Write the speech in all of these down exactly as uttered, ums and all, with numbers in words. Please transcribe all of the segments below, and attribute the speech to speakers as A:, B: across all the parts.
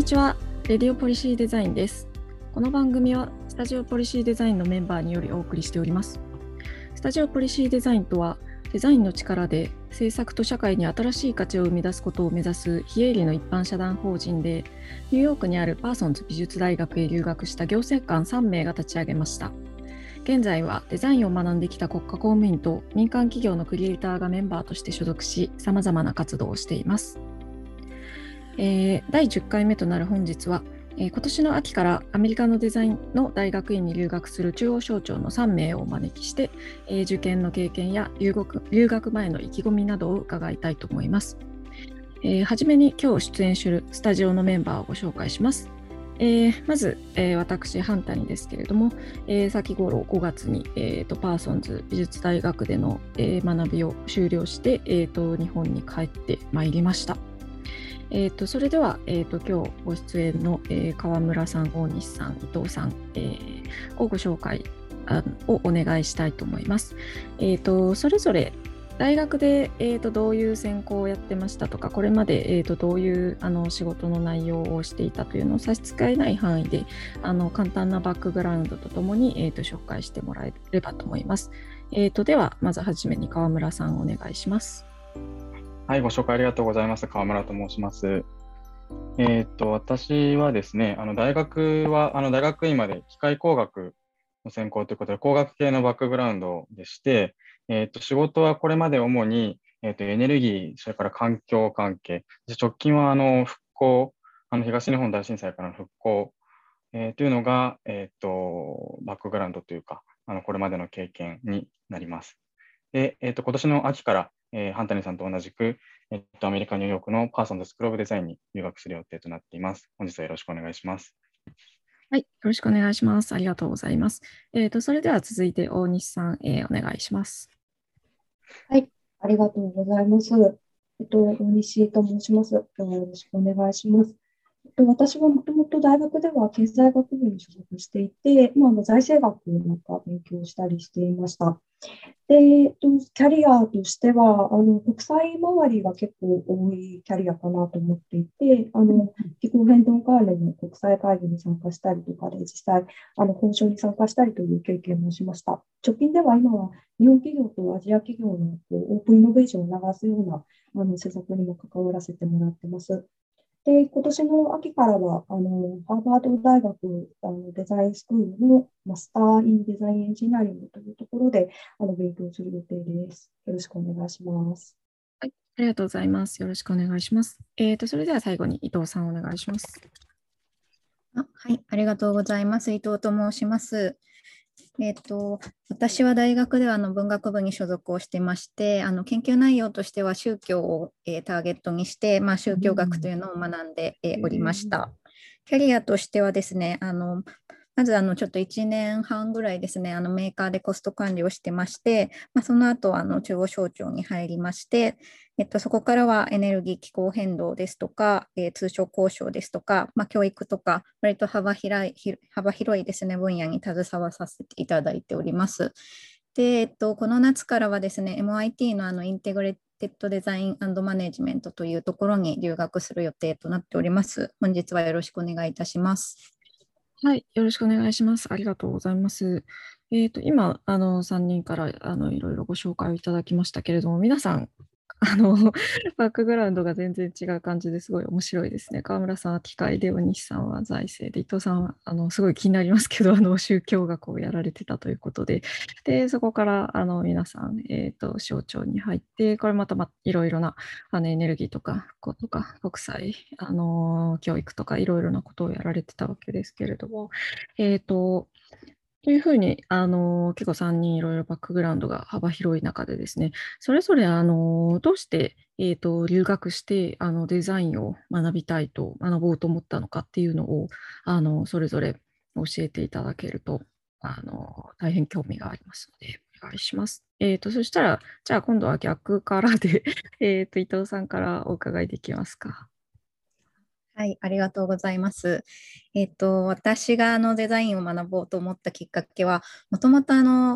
A: にちは、レディオポリシーデザインです。この番組はスタジオポリシーデザインのメンバーによりお送りしております。スタジオポリシーデザインとは、デザインの力で制作と社会に新しい価値を生み出すことを目指す非営利の一般社団法人で、ニューヨークにあるパーソンズ美術大学へ留学した行政官さんめいが立ち上げました。現在はデザインを学んできた国家公務員と民間企業のクリエイターがメンバーとして所属し、さまざまな活動をしています。えー、だいじゅっかいめとなる本日は、えー、今年の秋からアメリカのデザインの大学院に留学する中央省庁のさんめいをお招きして、えー、受験の経験や留学、留学前の意気込みなどを伺いたいと思います。えー、はじめに今日出演するスタジオのメンバーをご紹介します。えー、まず、えー、私、ハンタニですけれども、えー、先頃ごがつに、えーと、パーソンズ美術大学での、えー、学びを修了して、えーと、日本に帰ってまいりました。えーと、それでは、えーと、今日ご出演の、えー、川村さん、大西さん、伊藤さん、えー、をご紹介をお願いしたいと思います。えーと、それぞれ大学で、えーと、どういう専攻をやってましたとか、これまで、えーと、どういうあの仕事の内容をしていたというのを差し支えない範囲で、あの簡単なバックグラウンドとともに、えーと、紹介してもらえればと思います。えーと、では、まずはじめに川村さんお願いします。
B: はい、ご紹介ありがとうございます。川村と申します。えーっと、私はですね、あの大学は、あの大学院まで機械工学の専攻ということで、工学系のバックグラウンドでして、えーっと、仕事はこれまで主に、えーっと、エネルギー、それから環境関係、で直近はあの復興、あの東日本大震災からの復興、えーというのが、えーっと、バックグラウンドというか、あのこれまでの経験になります。で、えーと、今年の秋から、えー、ハンタニさんと同じく、えーと、アメリカ・ニューヨークのパーソンズスクールオブデザインに留学する予定となっています。本日はよろしくお願いします。
A: はい、よろしくお願いします。ありがとうございます。えーと、それでは続いて大西さん、えー、お願いします。
C: はい、ありがとうございます。えっと、大西と申します。今日はよろしくお願いします。えっと、私はもともと大学では経済学部に所属していて、まあ、あの財政学なんか勉強したりしていました。で、えっと、キャリアとしては、あの、国際周りが結構多いキャリアかなと思っていて、あの、気候変動関連の国際会議に参加したりとかで、実際、あの、交渉に参加したりという経験もしました。直近では今は、日本企業とアジア企業のこうオープンイノベーションを促すような、あの、施策にも関わらせてもらってます。で、今年の秋からは、あの、ハーバード大学あのデザインスクールのマスター・イン・デザイン・エンジニアリングというところで、あの、勉強する予定です。よろしくお願いします。
A: はい、ありがとうございます。よろしくお願いします。えーと、それでは最後に伊藤さんお願いします。
D: あ、はい、ありがとうございます。伊藤と申します。えーと、私は大学ではあの文学部に所属をしてまして、あの研究内容としては宗教を、えーターゲットにして、まあ、宗教学というのを学んで、えーおりました。キャリアとしてはですね、あのまずあのちょっといちねんはんぐらいですね、あのメーカーでコスト管理をしてまして、まあ、その後あの中央省庁に入りまして、えっと、そこからはエネルギー気候変動ですとか、えー通商交渉ですとか、まあ、教育とか、割と幅広い、幅広いですね、分野に携わさせていただいております。で、えっと、この夏からはですね、エムアイティー のあのインテグレテッドデザインマネジメントというところに留学する予定となっております。本日はよろしくお願いいたします。
A: はい、よろしくお願いします。ありがとうございます。えーと、今、あの、さんにんからあのいろいろご紹介をいただきましたけれども、皆さん、あの、バックグラウンドが全然違う感じですごい面白いですね。川村さんは機械で、大西さんは財政で、伊藤さんは、あの、すごい気になりますけど、あの、宗教学をやられてたということで、で、そこから、あの、皆さん、えっと、省庁に入って、これまた、ま、いろいろな、あの、エネルギーとか、復興とか、国際、あの、教育とか、いろいろなことをやられてたわけですけれども、えっと、というふうに、あの、結構さんにんいろいろバックグラウンドが幅広い中でですね、それぞれ、あの、どうして、えっと、留学して、あの、デザインを学びたいと、学ぼうと思ったのかっていうのを、あの、それぞれ教えていただけると、あの、大変興味がありますので、お願いします。えっと、そしたら、じゃあ今度は逆からで、えっと、伊藤さんからお伺いできますか。
D: はい、ありがとうございます。えっと、私があのデザインを学ぼうと思ったきっかけは、もともとあの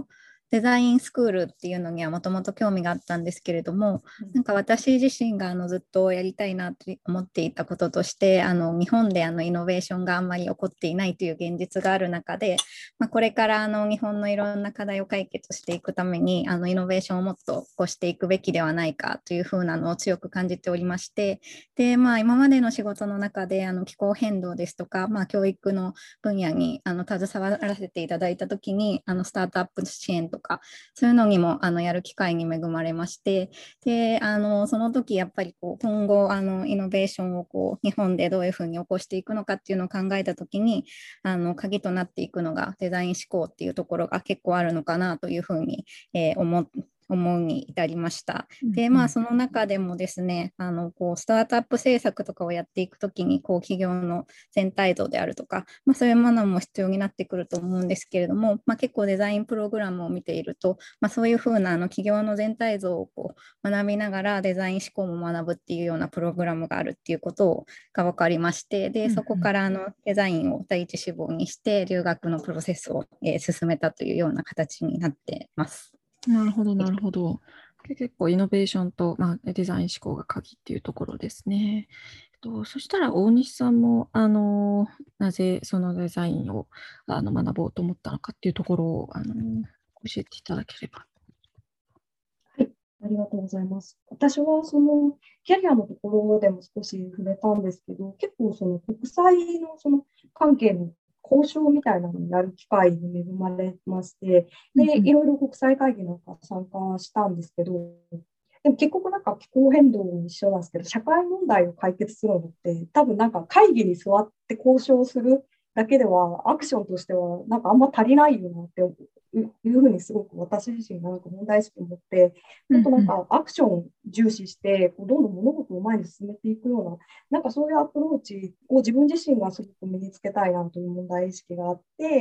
D: デザインスクールっていうのにはもともと興味があったんですけれども、なんか私自身があのずっとやりたいなと思っていたこととして、あの日本であのイノベーションがあんまり起こっていないという現実がある中で、まあ、これからあの日本のいろんな課題を解決していくためにあのイノベーションをもっと起こしていくべきではないかというふうなのを強く感じておりまして、で、まあ、今までの仕事の中であの気候変動ですとか、まあ、教育の分野にあの携わらせていただいたときに、あのスタートアップ支援とかそういうのにもあのやる機会に恵まれまして、であのその時やっぱりこう今後あのイノベーションをこう日本でどういうふうに起こしていくのかっていうのを考えた時に、あの鍵となっていくのがデザイン思考っていうところが結構あるのかなというふうに、えー、思って思うに至りました。で、まあ、その中でもですね、あの、こう、スタートアップ政策とかをやっていくときに、こう、企業の全体像であるとか、まあ、そういうものも必要になってくると思うんですけれども、まあ、結構デザインプログラムを見ていると、まあ、そういうふうな、あの、企業の全体像をこう、学びながらデザイン思考も学ぶっていうようなプログラムがあるっていうことが分かりまして、で、そこからあの、デザインを第一志望にして、留学のプロセスを、えー、進めたというような形になっています。
A: なるほど、なるほど。結構イノベーションと、まあ、デザイン思考が鍵っていうところですね。とそしたら大西さんも、あのなぜそのデザインをあの学ぼうと思ったのかっていうところをあの教えていただければ。
C: はい、ありがとうございます。私はそのキャリアのところでも少し触れたんですけど、結構その国際のその関係の交渉みたいなのにやる機会に恵まれまして、で、いろいろ国際会議なんか参加したんですけど、でも結局なんか気候変動も一緒なんですけど、社会問題を解決するのって多分なんか会議に座って交渉するだけではアクションとしてはなんかあんま足りないよなっていうふうにすごく私自身がなんか問題意識を持って、もっとなんかアクションを重視してこうどんどん物事を前に進めていくような、なんかそういうアプローチを自分自身がすごく身につけたいなという問題意識があって、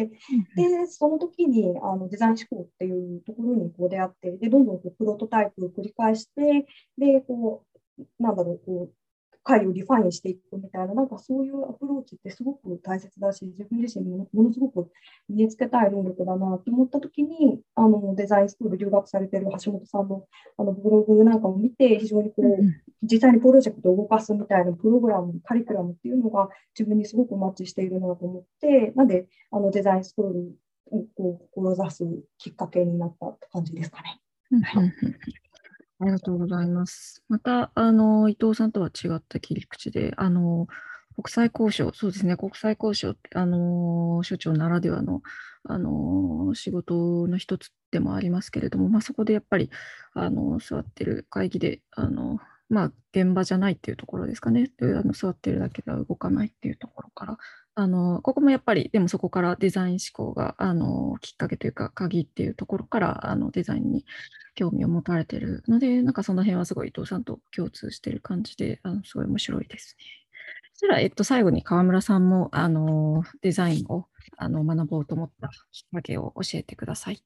C: でその時にあのデザイン思考っていうところにこう出会って、でどんどんこうプロトタイプを繰り返して、でこうなんだろうこう回をリファインしていくみたいな、なんかそういうアプローチってすごく大切だし、自分自身もものすごく身につけたい能力だなと思ったときに、あのデザインスクール留学されている橋本さんのあのブログなんかを見て、非常にこう、実際にプロジェクトを動かすみたいなプログラム、カリキュラムっていうのが自分にすごくマッチしているなと思って、なんであのデザインスクールをこう志すきっかけになったって感じですかね。はい、
A: ありがとうございます。また、あの、伊藤さんとは違った切り口で、あの、国際交渉、そうですね、国際交渉って、あの、省庁ならではの、あの、仕事の一つでもありますけれども、まあ、そこでやっぱり、あの、座ってる会議で、あの、まあ、現場じゃないっていうところですかね。あの座ってるだけでは動かないっていうところから、あの、ここもやっぱり、でもそこからデザイン思考が、あの、きっかけというか、鍵っていうところから、あの、デザインに興味を持たれているので、なんかその辺はすごい伊藤さんと共通している感じで、あのすごい面白いですね。そしたら、えっと、最後に川村さんも、あの、デザインをあの学ぼうと思ったきっかけを教えてください。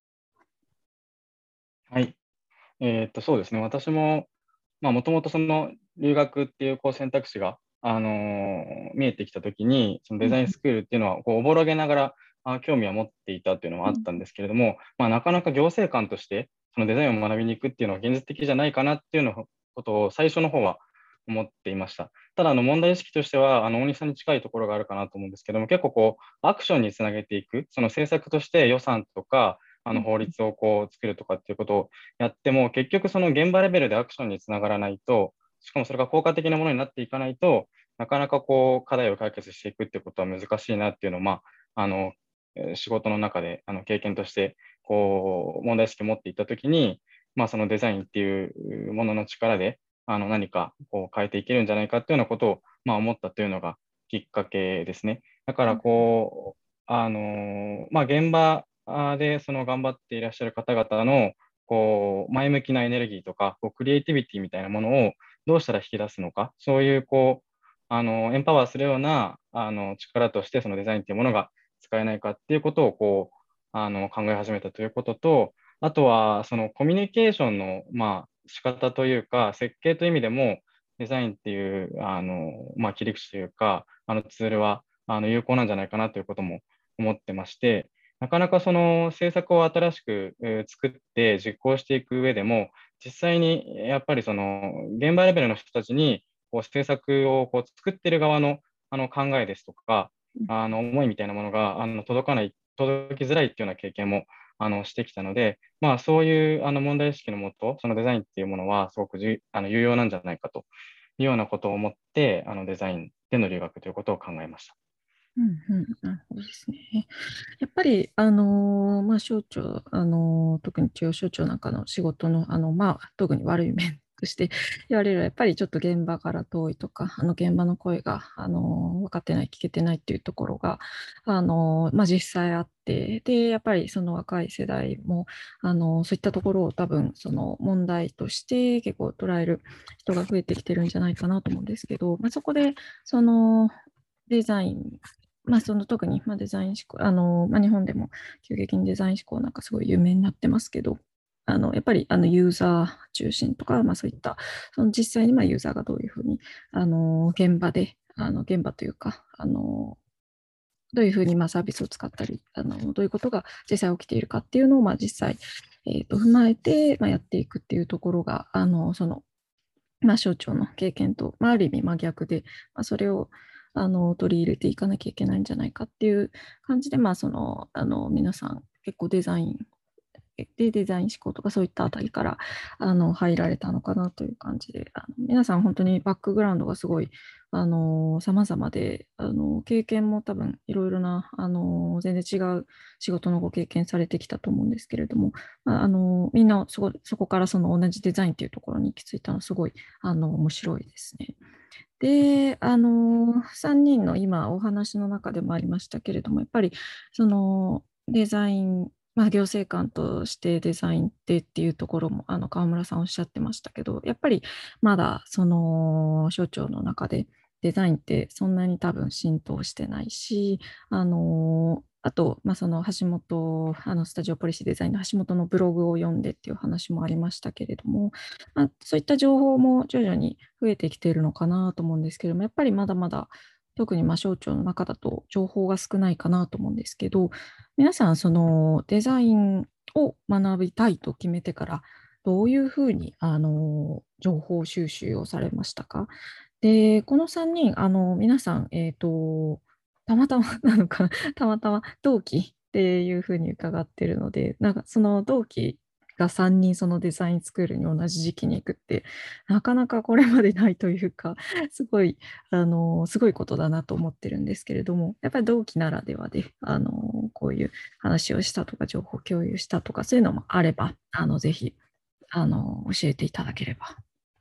B: はい。えーっと、そうですね。私も、まあ、もともとその留学っていうこう選択肢が、あのー見えてきたときに、そのデザインスクールっていうのは、こう、おぼろげながら、あ興味を持っていたっていうのはあったんですけれども、まあ、なかなか行政官として、そのデザインを学びに行くっていうのは現実的じゃないかなっていうのことを最初の方は思っていました。ただ、あの問題意識としては、あの大西さんに近いところがあるかなと思うんですけども、結構こう、アクションにつなげていく、その政策として予算とか、あの法律をこう作るとかっていうことをやっても、結局その現場レベルでアクションにつながらないと、しかもそれが効果的なものになっていかないと、なかなかこう課題を解決していくっていうことは難しいなっていうのを、まあ、あの仕事の中であの経験としてこう問題意識を持っていったときに、まあ、そのデザインっていうものの力であの何かこう変えていけるんじゃないかっていうようなことを、まあ、思ったというのがきっかけですね。だからこう、あのまあ、現場でその頑張っていらっしゃる方々のこう前向きなエネルギーとかこうクリエイティビティみたいなものをどうしたら引き出すのか、そういうこうあのエンパワーするようなあの力としてそのデザインというものが使えないかっていうことをこうあの考え始めたということと、あとはそのコミュニケーションの、まあ、仕方というか設計という意味でもデザインっていうあの、まあ、切り口というかあのツールはあの有効なんじゃないかなということも思ってまして、 なかなかその政策を新しく、えー作って実行していく上でも、実際にやっぱりその現場レベルの人たちにこう政策をこう作ってる側の、あの考えですとか、あの思いみたいなものがあの届かない、届きづらいっていうような経験もあのしてきたので、まあ、そういうあの問題意識のもと、そのデザインっていうものはすごくじゅあの有用なんじゃないかというようなことを思って、あのデザインでの留学ということを考えました。
A: うんうん、なるほどですね。やっぱり、あのーまあ、省庁、あのー特に中央省庁なんかの仕事の、あのまあ、特に悪い面として言われる、やっぱりちょっと現場から遠いとか、あの現場の声が、あのー分かってない、聞けてないっていうところが、あのーまあ、実際あって、で、やっぱりその若い世代も、あのーそういったところを多分、その問題として結構捉える人が増えてきてるんじゃないかなと思うんですけど、まあ、そこで、その、デザイン、まあ、その特に、まあ、デザイン思考、あの、まあ、日本でも急激にデザイン思考なんかすごい有名になってますけど、あのやっぱりあのユーザー中心とか、まあ、そういったその実際にまあユーザーがどういうふうにあの現場で、あの現場というか、あのどういうふうにまあサービスを使ったり、あのどういうことが実際起きているかっていうのをまあ実際、えー、と踏まえてまあやっていくっていうところが、あのそのまあ、省庁の経験と、まあ、ある意味真逆で、まあ、それをあの取り入れていかなきゃいけないんじゃないかっていう感じで、まあ、そのあの皆さん結構デザインでデザイン思考とかそういったあたりからあの入られたのかなという感じで、あの皆さん本当にバックグラウンドがすごいあの様々で、あの経験も多分いろいろなあの全然違う仕事のご経験されてきたと思うんですけれども、まあ、あのみんなそこそこからその同じデザインというところに行き着いたのはすごいあの面白いですね。で、あのさんにんの今お話の中でもありましたけれども、やっぱりそのデザイン、まあ、行政官としてデザインってっていうところもあの川村さんおっしゃってましたけど、やっぱりまだその省庁の中でデザインってそんなに多分浸透してないし、あのあと、まあ、その橋本、あのスタジオポリシーデザインの橋本のブログを読んでっていう話もありましたけれども、まあ、そういった情報も徐々に増えてきているのかなと思うんですけども、やっぱりまだまだ特にまあ省庁の中だと情報が少ないかなと思うんですけど、皆さんそのデザインを学びたいと決めてからどういうふうにあの情報収集をされましたか？で、このさんにん、あの皆さん、えっと、たまたまなのかな、たまたま同期っていうふうに伺っているので、なんかその同期がさんにんそのデザインスクールに同じ時期に行くって、なかなかこれまでないというか、すごい、あの、すごいことだなと思ってるんですけれども、やっぱり同期ならではで、あの、こういう話をしたとか、情報共有したとか、そういうのもあれば、あの、ぜひ、あの、教えていただければ。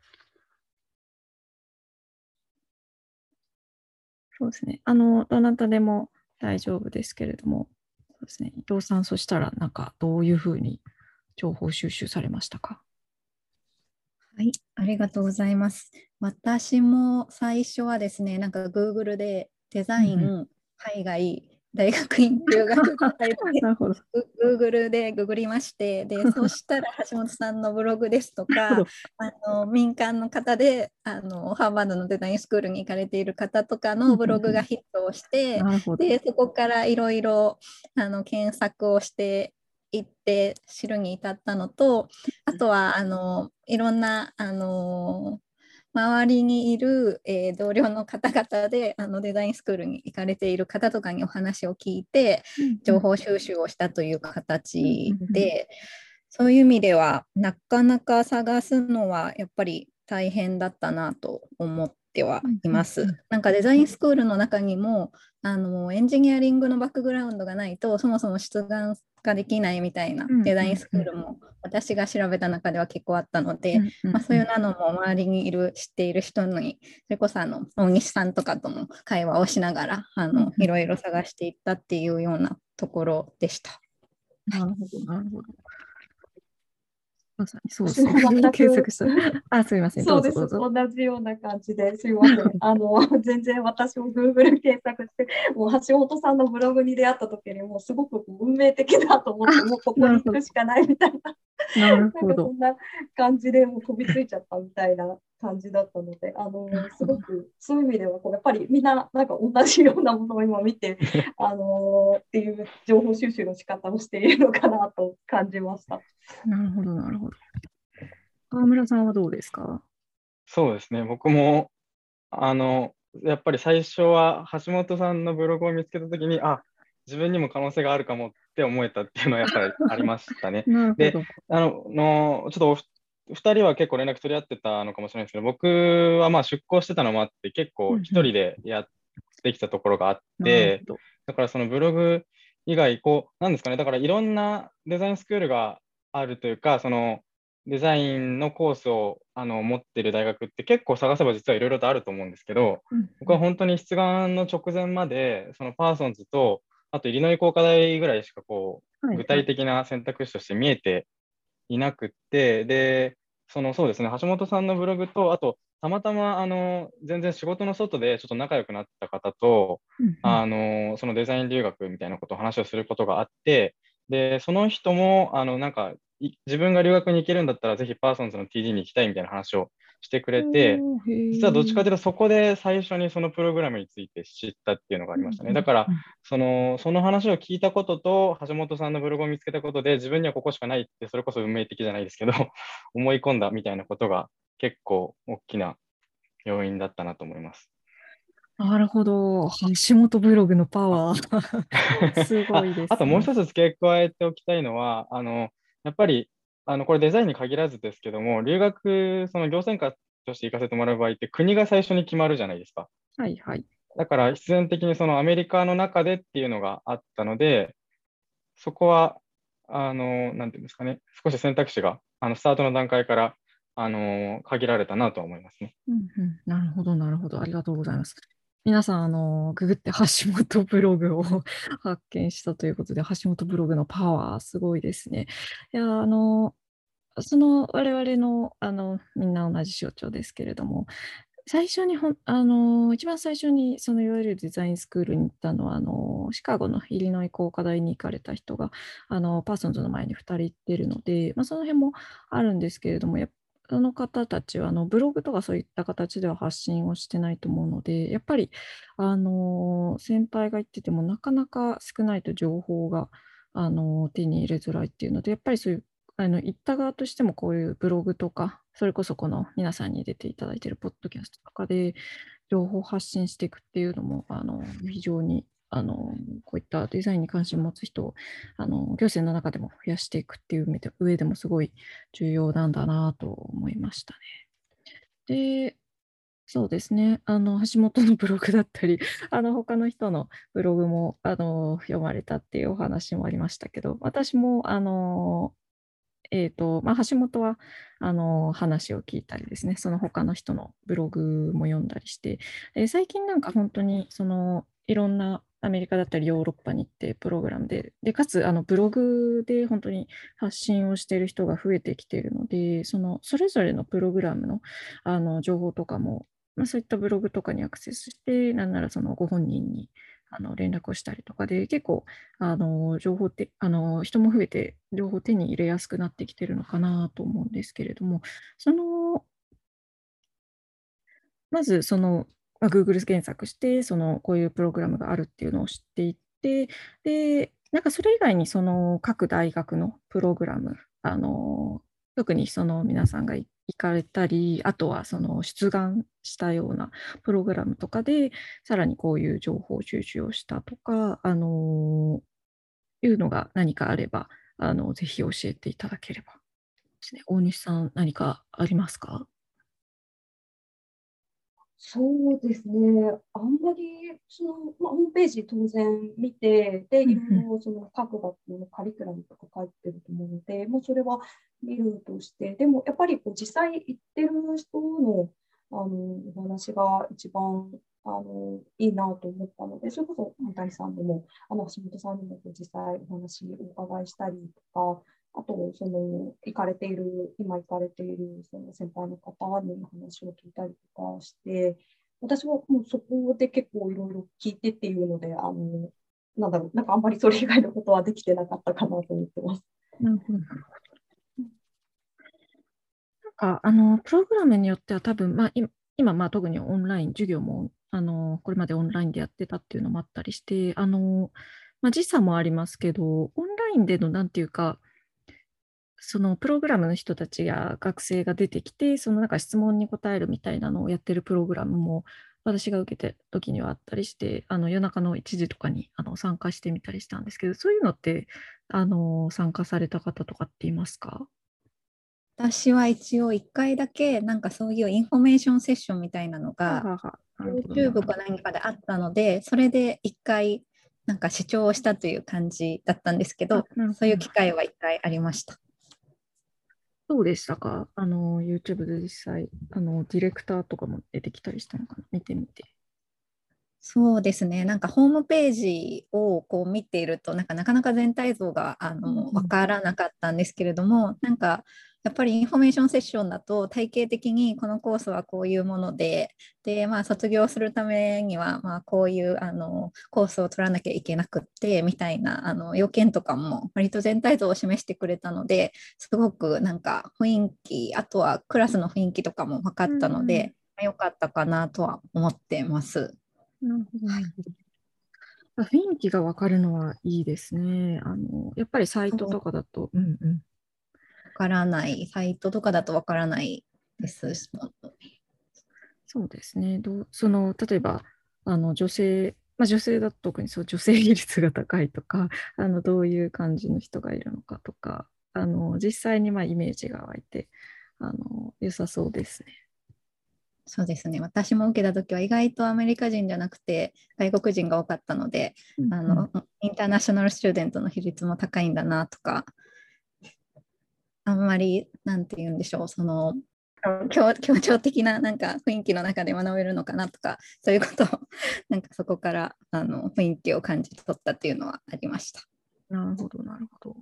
A: そうですね。あの、どなたでも大丈夫ですけれども、そうですね。伊藤さん、そしたら、なんか、どういうふうに情報収集されましたか？
D: はい、ありがとうございます。私も最初はですね、なんか Google でデザイ
A: うんう
D: ン、海外、大学院留学って書いて、
A: なるほど。
D: Google でググりまして、で、そしたら橋本さんのブログですとか、
A: なるほど。
D: あの民間の方であのハーバードのデザインスクールに行かれている方とかのブログがヒットをして、
A: なるほど。
D: で、そこからいろいろ検索をしていって知るに至ったのと、あとはあのいろんなあの周りにいる、えー同僚の方々であのデザインスクールに行かれている方とかにお話を聞いて情報収集をしたという形で、そういう意味ではなかなか探すのはやっぱり大変だったなと思ってはいます。なんかデザインスクールの中にもあのエンジニアリングのバックグラウンドがないとそもそも出願ができないみたいなデザインスクールも私が調べた中では結構あったので、まあ、そういうのも周りにいる知っている人にそれこそあの大西さんとかとも会話をしながらあのいろいろ探していったっていうようなところでした。
A: なるほど、なるほど。まさにそうですね。
C: 私も全く
A: 検索した。あ、すみません。
C: そうです。
A: どうぞどうぞ。
C: 同じような感じですいません。あの、全然私も Google 検索して、もう橋本さんのブログに出会った時にもうすごく運命的だと思って、もうここに行くしかないみたいな、
A: なる
C: なん
A: ほど。
C: かそんな感じでもう飛びついちゃったみたいな感じだったので、あの
A: なるほど。
C: すごくそういう意味ではこうやっぱりみんななんか同じようなものを今見てあのっていう情報収集の仕方をしているのかなと感じました。
A: なるほど、なるほど。川村さんはどうですか？
B: そうですね。僕も、あの、やっぱり最初は橋本さんのブログを見つけたときに、あ、自分にも可能性があるかもって思えたっていうのはやっぱりありましたね。で、
A: なるほど。
B: あの、のちょっとおふ二人は結構連絡取り合ってたのかもしれないですけど、僕はまあ出向してたのもあって、結構一
A: うんうん。
B: 人でやってきたところがあっ
A: なるほ
B: て、
A: ど。
B: だからそのブログ以外、こう、なんですかね、だからいろんなデザインスクールがあるというか、そのデザインのコースをあの持ってる大学って結構探せば実はいろいろとあると思うんですけど、
A: うん
B: 僕は本当に出願の直前まで、そのパーソンズと、あとイリノイ工科大ぐらいしかこう、具
A: はいはい。
B: 体的な選択肢として見えていなくって、で、そのそうですね、橋本さんのブログと、あと、たまたま、あの、全然仕事の外でちょっと仲良くなった方と、
A: うんうん。
B: あの、そのデザイン留学みたいなことを話をすることがあって、で、その人も、あの、なんか、い自分が留学に行けるんだったら、ぜひパーソンズの ティージー に行きたいみたいな話をしてくれて、
A: おー、へ
B: 実はどっちか
A: ー。
B: というと、そこで最初にそのプログラムについて知ったっていうのがあ
A: う
B: りましたね。
A: んうん
B: だから、
A: うん。
B: その、その話を聞いたことと、橋本さんのブログを見つけたことで、自分にはここしかないって、それこそ運命的じゃないですけど、思い込んだみたいなことが結構大きな要因だったなと思います。
A: なるほど。橋本ブログのパ
B: あ、
A: ワー。すごい
B: あ、あと
A: ですね。
B: もう一つ付け加えておきたいのは、あの、やっぱり、あの、これデザインに限らずですけども、留学、その行政科として行かせてもらう場合って国が最初に決まるじゃないですか。
A: はいはい。
B: だから必然的にそのアメリカの中でっていうのがあったので、そこは、あの、なんていうんですかね、少し選択肢が、あの、スタートの段階から、あの、限られたなとは思いますね。
A: うんうん。なるほど、なるほど。ありがとうございます。皆さん、あの、ググって橋本ブログを発見したということで、橋本ブログのパワー、すごいですね。いや、あの、その我々の、あの、みんな同じ象徴ですけれども、最初にほん、あの、一番最初に、そのいわゆるデザインスクールに行ったのは、あの、シカゴのイリノイ工科大に行かれた人が、あの、パーソンズの前にふたり行ってるので、まあ、その辺もあるんですけれども、やっその方たちはあのブログとかそういった形では発信をしてないと思うので、やっぱりあの先輩が言っててもなかなか少ないと情報があの手に入れづらいっていうので、やっぱりそういうあの行った側としてもこういうブログとか、それこそこの皆さんに出ていただいているポッドキャストとかで情報発信していくっていうのもあの非常にあのこういったデザインに関心を持つ人をあの行政の中でも増やしていくっていう上で上でもすごい重要なんだなと思いましたね。で、そうですね、あの橋本のブログだったり、あの他の人のブログもあの読まれたっていうお話もありましたけど、私もあのえーとまあ、橋本はあの話を聞いたりですね、その他の人のブログも読んだりして、えー最近なんか本当にそのいろんなアメリカだったりヨーロッパに行ってプログラムで、でかつあのブログで本当に発信をしている人が増えてきているので、そのそれぞれのプログラムの、あの情報とかも、まあ、そういったブログとかにアクセスして、なんならそのご本人にあの連絡をしたりとかで、結構あの情報って、あの人も増えて、情報を手に入れやすくなってきてるのかなと思うんですけれども、その、まずその、まあ、Google 検索して、その、こういうプログラムがあるっていうのを知っていって、で、なんかそれ以外にその各大学のプログラム、あの、特にその皆さんが行かれたり、あとはその出願したようなプログラムとかで、さらにこういう情報収集をしたとか、あの、いうのが何かあれば、あの、ぜひ教えていただければですね。大西さん、何かありますか？
C: そうですね。あんまり、その、まあ、ホームページ当然見て、で、いろい
A: うんうん。
C: ろその各学校のカリキュラムとか書いてると思うので、もうそれは見るとして、でもやっぱりこう実際行ってる人の、あのお話が一番あのいいなと思ったので、それこそ本谷さんにも、あの橋本さんにもこう実際お話をお伺いしたりとか、あと、その、行かれている、今行かれている、その先輩の方に話を聞いたりとかして、私はもうそこで結構いろいろ聞いてっていうので、あの、なんだろう、なんかあんまりそれ以外のことはできてなかったかなと思ってます。
A: なるほど。 かあのプログラムによっては多分、まあ、今、今まあ特にオンライン、授業もあのこれまでオンラインでやってたっていうのもあったりして、あのまあ、時差もありますけど、オンラインでのなんていうか、そのプログラムの人たちや学生が出てきて、そのなんか質問に答えるみたいなのをやってるプログラムも私が受けてる時にはあったりして、あの夜中のいちじとかにあの参加してみたりしたんですけど、そういうのってあの参加された方とかっていますか？
D: 私は一応いっかいだけなんかそういうインフォメーションセッションみたいなのが
A: ははは。なるほど、なる
D: YouTube
A: ほど。
D: か何かであったので、それでいっかいなんか視聴をしたという感じだったんですけ
A: あ、
D: ど、
A: なるほど。
D: そういう機会はいっかいありました。
A: どうでしたか？あの、YouTube で実際、あの、ディレクターとかも出てきたりしたのかな、見てみて。
D: そうですね、なんかホームページをこう見ていると、なんかなかなか全体像があの分からなかったんですけれども、なんかやっぱりインフォメーションセッションだと、体系的にこのコースはこういうもので、でまあ、卒業するためには、まあ、こういうあのコースを取らなきゃいけなくってみたいなあの要件とかも割と全体像を示してくれたので、すごくなんか雰囲気、あとはクラスの雰囲気とかも分かったので、良かったかなとは思ってます。
A: なるほど、なるほど。あ、雰囲気がわかるのはいいですね。あの、やっぱりサイトとかだと、うんうん。
D: わからない、サイトとかだとわからないです。
A: そうですね。どう、その、例えば、あの、女性、まあ、女性だと特にそう、女性比率が高いとか、あの、どういう感じの人がいるのかとか、あの、実際にまあイメージが湧いて、あの、良さそうですね。
D: そうですね。私も受けたときは意外とアメリカ人じゃなくて外国人が多かったので、
A: うんうん。
D: あのインターナショナルスチューデントの比率も高いんだなとか、あんまり、なんて言うんでしょう、その協協調的ななんか雰囲気の中で学べるのかなとか、そういうことをなんかそこからあの雰囲気を感じ取ったっていうのはありました。
A: なるほど、なるほど。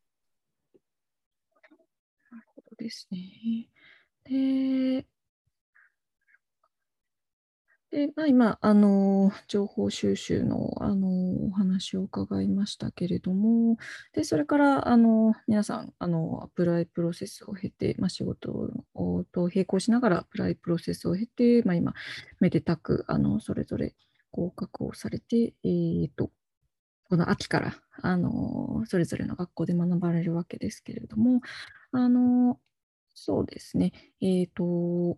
A: なるほどですね。で、で、まあ、今、あの、情報収集の、あの、お話を伺いましたけれども、で、それから、あの、皆さん、あの、アプライプロセスを経て、まあ、仕事をと並行しながら、アプライプロセスを経て、まあ、今、めでたく、あの、それぞれ合格をされて、えっと、この秋から、あの、それぞれの学校で学ばれるわけですけれども、あの、そうですね、えっと、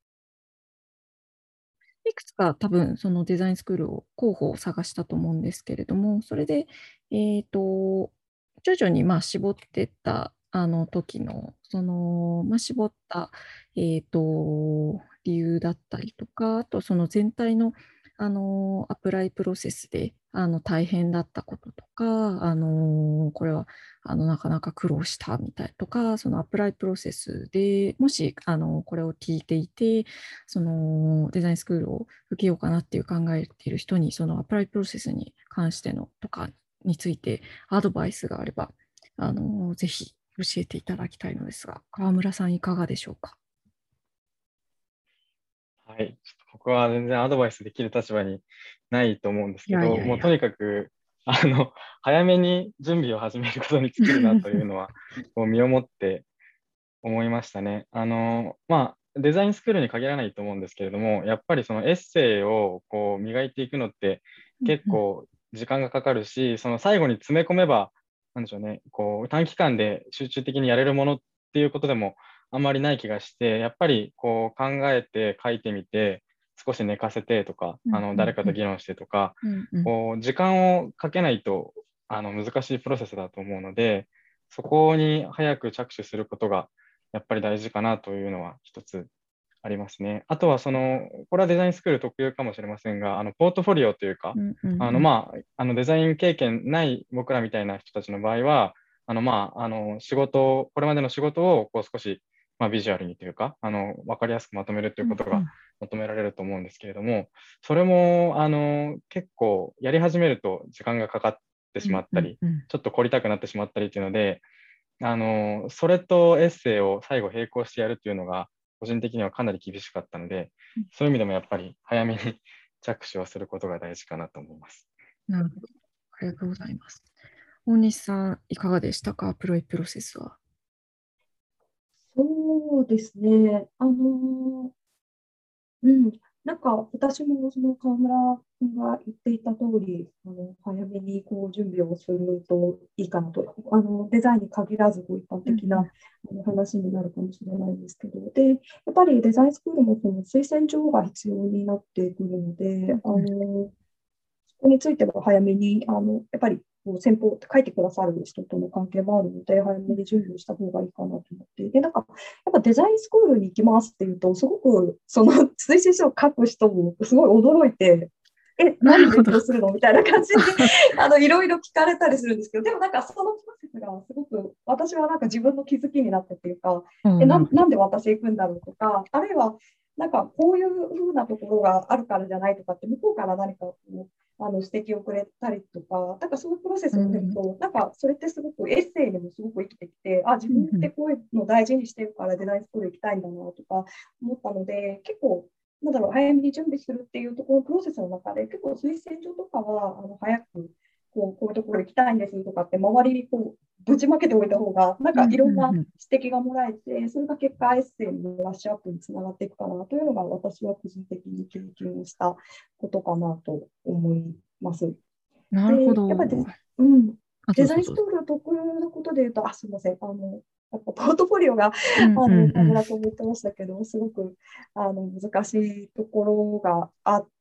A: いくつか多分そのデザインスクールを候補を探したと思うんですけれども、それで、えっと、徐々にまあ絞ってったあの時の、その、まあ、絞った、えっと、理由だったりとか、あとその全体の、あのアプライプロセスであの大変だったこととか、あのこれはあのなかなか苦労したみたいとか、そのアプライプロセスでもしあのこれを聞いていて、そのデザインスクールを受けようかなっていう考えている人に、そのアプライプロセスに関してのとかについてアドバイスがあれば、あのぜひ教えていただきたいのですが、川村さんいかがでしょうか。
B: はい。ちょっと僕は全然アドバイスできる立場にないと思うんです
A: い
B: けど、
A: やいやいや。
B: もうとにかく、あの、早めに準備を始めることに尽きるなというのは、こう身をもって思いましたね。あの、まあ、デザインスクールに限らないと思うんですけれども、やっぱりそのエッセイをこう磨いていくのって結構時間がかかるし、その最後に詰め込めば、なんでしょうね、こう短期間で集中的にやれるものっていうことでもあんまりない気がして、やっぱりこう考えて書いてみて、少し寝かせてとか、あの誰かと議論してとか、こう時間をかけないとあの難しいプロセスだと思うので、そこに早く着手することがやっぱり大事かなというのは一つありますね。あとはその、これはデザインスクール特有かもしれませんが、あのポートフォリオというか、あのまあ、あのデザイン経験ない僕らみたいな人たちの場合は、あのまあ、あの仕事、これまでの仕事をこう少し、まあ、ビジュアルにというか、あの分かりやすくまとめるということが求められると思うんですけれども、それもあの結構やり始めると時間がかかってしまったり、ちょっと凝りたくなってしまったりというので、あの、それとエッセイを最後並行してやるっていうのが、個人的にはかなり厳しかったので、そういう意味でもやっぱり早めに着手をすることが大事かなと思います。
A: なるほど。ありがとうございます。大西さん、いかがでしたか、アプロイプロセスは。
C: そそうですね。あのうん、なんか私もその川村君が言っていた通り、あの早めにこう準備をするといいかなと、あのデザインに限らずこう一般的なあの話になるかもしれないんですけど、で、やっぱりデザインスクールもその推薦状が必要になってくるので、あのそこについては早めに、あのやっぱりこう先方って書いてくださる人との関係もあるので、早めに準備をした方がいいかなと思って、で、なんか、やっぱデザインスクールに行きますっていうと、すごくその推薦書を書く人もすごい驚いて、え、何勉強するのみたいな感じであのいろいろ聞かれたりするんですけど、でもなんかそのプロセスがすごく私はなんか自分の気づきになってっていうか、えな、なんで私行くんだろうとか、あるいはなんかこういうふうなところがあるからじゃないとかって、向こうから何かこうあの指摘をくれたりとか、なんかそういうプロセスを見ると、うん、なんかそれってすごくエッセイにもすごく生きてきて、あ、自分ってこういうのを大事にしてるからデザインスクール行きたいんだなとか思ったので、結構、なんだろう、早めに準備するっていうところのプロセスの中で、結構推薦状とかはあの早くこう、こういうところ行きたいんですとかって周りにこうぶちまけておいた方が、なんかいろんな指摘がもらえて、それが結果エッセイのブラッシュアップにつながっていくかなというのが、私は個人的に経験をしたことかなと思います。
A: なるほど。
C: でやっぱりデ、うん、デザインスクール特有のことで言うと、あ、すみません、あのやっぱポートフォリオが、うんうんうん、あの河村君も言ってましたけど、すごくあの難しいところがあって、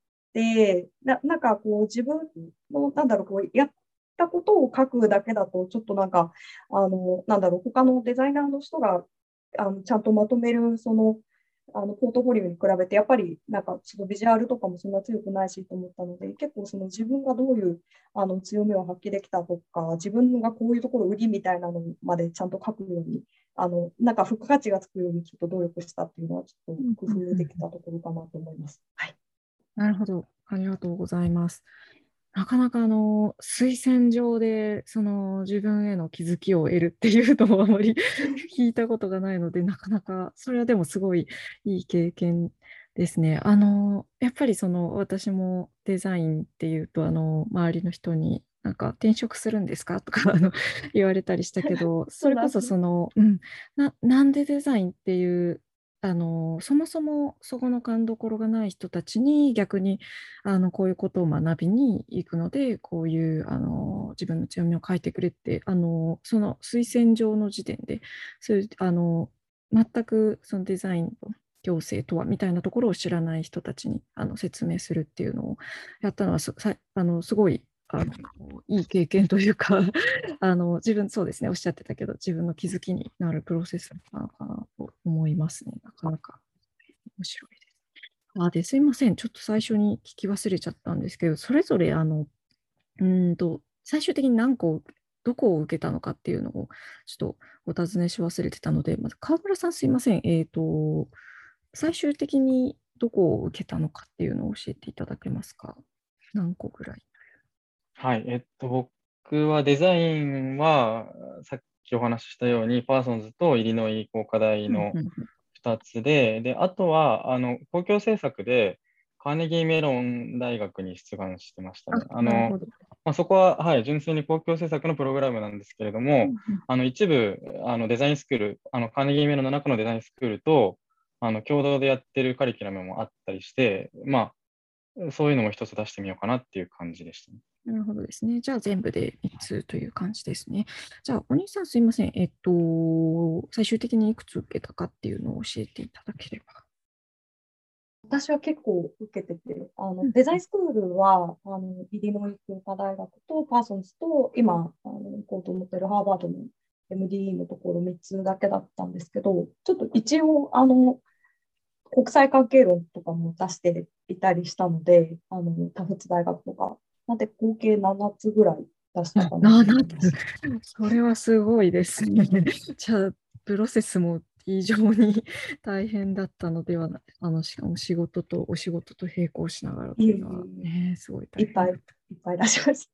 C: な, なんかこう自分のなんだろうこうやったことを書くだけだと、ちょっとなんかあのなんだろう他のデザイナーの人があのちゃんとまとめるそのあのポートフォリオに比べてやっぱりなんかそのビジュアルとかもそんな強くないしと思ったので、結構その自分がどういうあの強みを発揮できたとか、自分がこういうところ売りみたいなのまでちゃんと書くように、あのなんか付加価値がつくようにちょっと努力したっていうのはちょっと工夫できたところかなと思います。はい、
A: なるほど、ありがとうございます。なかなかあの推薦状でその自分への気づきを得るっていうのをあまり聞いたことがないので、なかなかそれはでもすごいいい経験ですね。あのやっぱりその私もデザインっていうとあの周りの人になんか転職するんですかとかあの言われたりしたけど、それこそその、うん、な、なんでデザインっていうあのそもそもそこの勘どころがない人たちに逆にあのこういうことを学びに行くので、こういうあの自分の強みを書いてくれってあのその推薦状の時点でそういうあの全くそのデザインの行政とはみたいなところを知らない人たちにあの説明するっていうのをやったのはすあのすごいあのいい経験というかあの自分そうですねおっしゃってたけど自分の気づきになるプロセスなのかなと思いますね。なかなか面白いです。あですいません、ちょっと最初に聞き忘れちゃったんですけど、それぞれあのうんと最終的に何個どこを受けたのかっていうのをちょっとお尋ねし忘れてたので、まず川村さんすいません、えっと最終的にどこを受けたのかっていうのを教えていただけますか？何個ぐらい？
B: はい、えっと、僕はデザインは、さっきお話ししたように、パーソンズとイリノイ工科大のふたつで、で、あとは、あの、公共政策で、カーネギーメロン大学に出願してましたね。あの、まあ、そこは、はい、純粋に公共政策のプログラムなんですけれども、あの、一部、あの、デザインスクール、あの、カーネギーメロンの中のデザインスクールと、あの、共同でやってるカリキュラムもあったりして、まあ、そういうのも一つ出してみようかなっていう感じでしたね。
A: なるほどですね。じゃあ全部でみっつという感じですね。じゃあお兄さんすいません。えっと、最終的にいくつ受けたかっていうのを教えていただければ。
C: 私は結構受けてて、あの、うん、デザインスクールはあのイリノイ工科大学とパーソンズと今あの行こうと思ってるハーバードの エムディーイー のところみっつだけだったんですけど、ちょっと一応あの国際関係論とかも出していたりしたので、あのタフツ大学とか、なんで合計ななつぐらい出したかなと思います。
A: それはすごいですね。じゃあ、プロセスも非常に大変だったのではない、あのしかも仕事とお仕事と並行しながらというのは、ね、すごい大変。
C: いっぱいいっぱい出しました。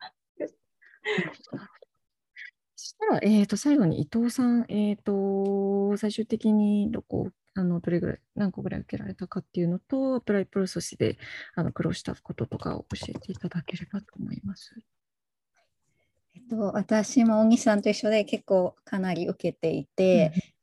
A: そしたら、えーと、最後に伊藤さん、えーと、最終的にどこ、あのどれぐらい、何個ぐらい受けられたかっていうのと、アプライプロセスであの苦労したこととかを教えていただければと思います。
D: えっと、私も小木さんと一緒で結構かなり受けていて、うん、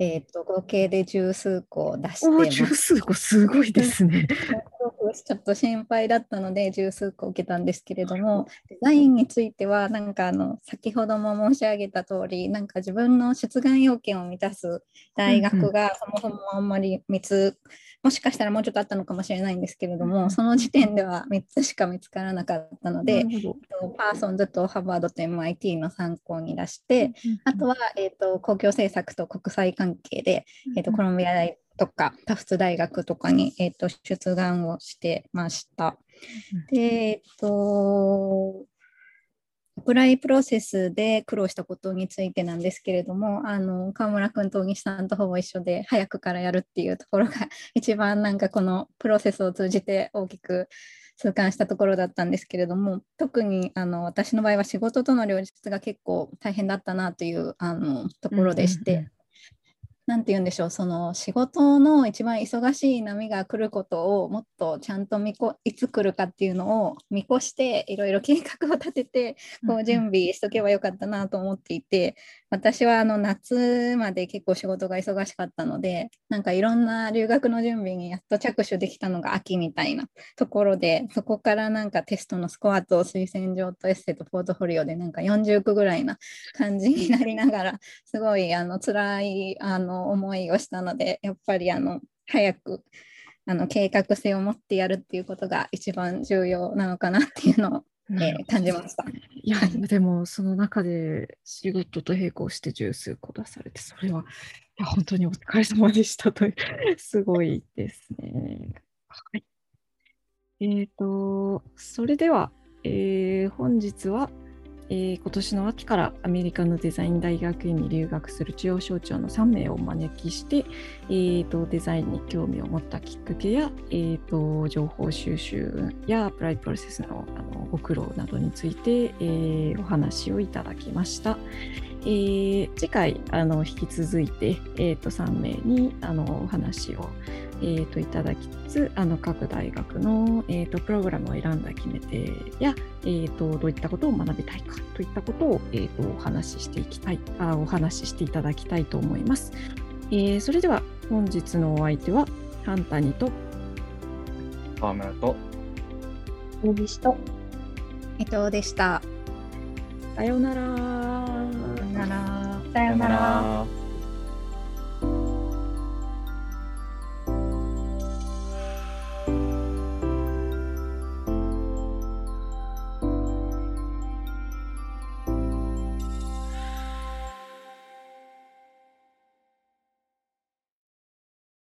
D: えー、と合計で十数個出して
A: おお、
D: ます。
A: 十数個、すごいですね。
D: ちょっと心配だったので十数個受けたんですけれども、デザインについてはなんかあの先ほども申し上げた通り、なんか自分の出願要件を満たす大学がそもそもあんまりみっつ、もしかしたらもうちょっとあったのかもしれないんですけれども、その時点ではみっつしか見つからなかったので、パーソンズとハーバードと エムアイティー の参考に出して、あとは、えー、と公共政策と国際関係で、えー、とコロンビア大とかタフツ大学とかに、えー、と出願をしてました。で、えっと、アプライプロセスで苦労したことについてなんですけれども、あの川村君と大西さんとほぼ一緒で早くからやるっていうところが一番なんかこのプロセスを通じて大きく痛感したところだったんですけれども、特にあの私の場合は仕事との両立が結構大変だったなというあのところでして、うんうんうん、なんて言うんでしょう、その仕事の一番忙しい波が来ることをもっとちゃんと見こいつ来るかっていうのを見越していろいろ計画を立ててこう準備しとけばよかったなと思っていて、私はあの夏まで結構仕事が忙しかったので、なんかいろんな留学の準備にやっと着手できたのが秋みたいなところで、そこからなんかテストのスコアと推薦状とエッセイとポートフォリオでなんかよんじゅっこぐらいな感じになりながらすごいあの辛いあの思いをしたので、やっぱりあの早くあの計画性を持ってやるっていうことが一番重要なのかなっていうのを、えー、感じました。
A: いや、でもその中で仕事と並行して十数個出されて、それはいや本当にお疲れ様でしたとすごいですね。はい、えーと、それでは、えー、本日はえー、今年の秋からアメリカのデザイン大学院に留学する中央省庁のさんめいをお招きして、えー、とデザインに興味を持ったきっかけや、えー、と情報収集やアプライプロセス の, あのご苦労などについて、えー、お話をいただきました。えー、次回あの引き続いて、えー、とさんめいにあのお話を、えー、といただきつつ、あの各大学の、えー、とプログラムを選んだ決め手や、えー、とどういったことを学びたいかといったことを、えー、とお話ししていきたいあお話ししていただきたいと思います。えー、それでは本日のお相手はハンタニと
B: 川村と
C: 大西と
D: 伊藤でした。
A: さようなら。
D: さようなら。
C: さようなら。